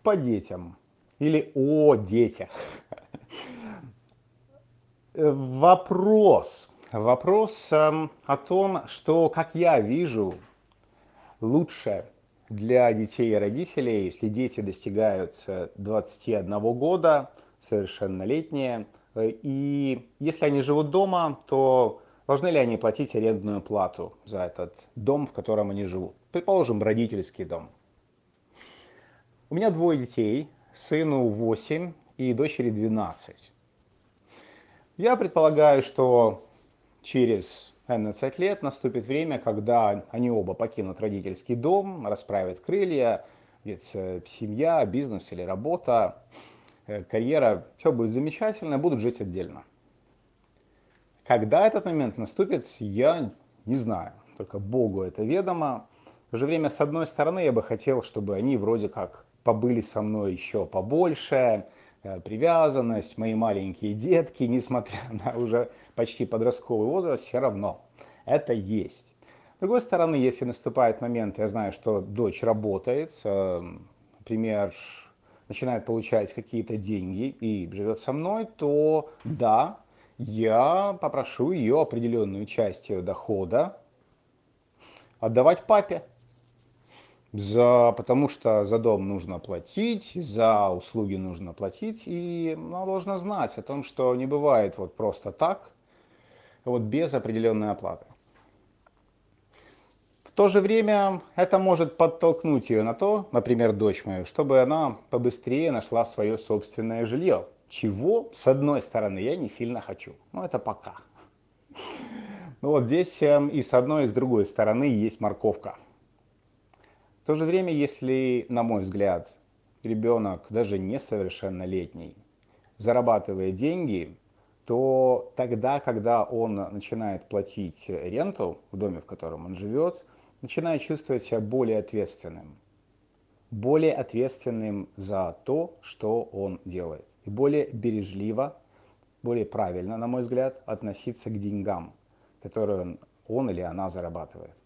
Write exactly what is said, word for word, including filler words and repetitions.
по детям или о детях. Э, Вопрос. Вопрос эм, о том, что, как я вижу, лучше для детей и родителей, если дети достигают э, двадцати одного года, совершеннолетние, э, и если они живут дома, то должны ли они платить арендную плату за этот дом, в котором они живут? Предположим, родительский дом. У меня двое детей, сыну восемь и дочери двенадцать. Я предполагаю, что через одиннадцать лет наступит время, когда они оба покинут родительский дом, расправят крылья, ведь э, семья, бизнес или работа, э, карьера, все будет замечательно, будут жить отдельно. Когда этот момент наступит, я не знаю, только Богу это ведомо. В то же время, с одной стороны, я бы хотел, чтобы они вроде как побыли со мной еще побольше, э, привязанность, мои маленькие детки, несмотря на уже почти подростковый возраст, все равно это есть. С другой стороны, если наступает момент, я знаю, что дочь работает, э, например, начинает получать какие-то деньги и живет со мной, то да, я попрошу ее определенную часть ее дохода отдавать папе. За, потому что за дом нужно платить, за услуги нужно платить, и она должна знать о том, что не бывает вот просто так, вот без определенной оплаты. В то же время это может подтолкнуть ее на то, например, дочь мою, чтобы она побыстрее нашла свое собственное жилье. Чего, с одной стороны, я не сильно хочу. Но это пока. Ну вот здесь эм, и с одной, и с другой стороны есть морковка. В то же время, если, на мой взгляд, ребенок, даже несовершеннолетний, зарабатывает деньги, то тогда, когда он начинает платить ренту в доме, в котором он живет, начинает чувствовать себя более ответственным. Более ответственным за то, что он делает. И более бережливо, более правильно, на мой взгляд, относиться к деньгам, которые он, он или она зарабатывает.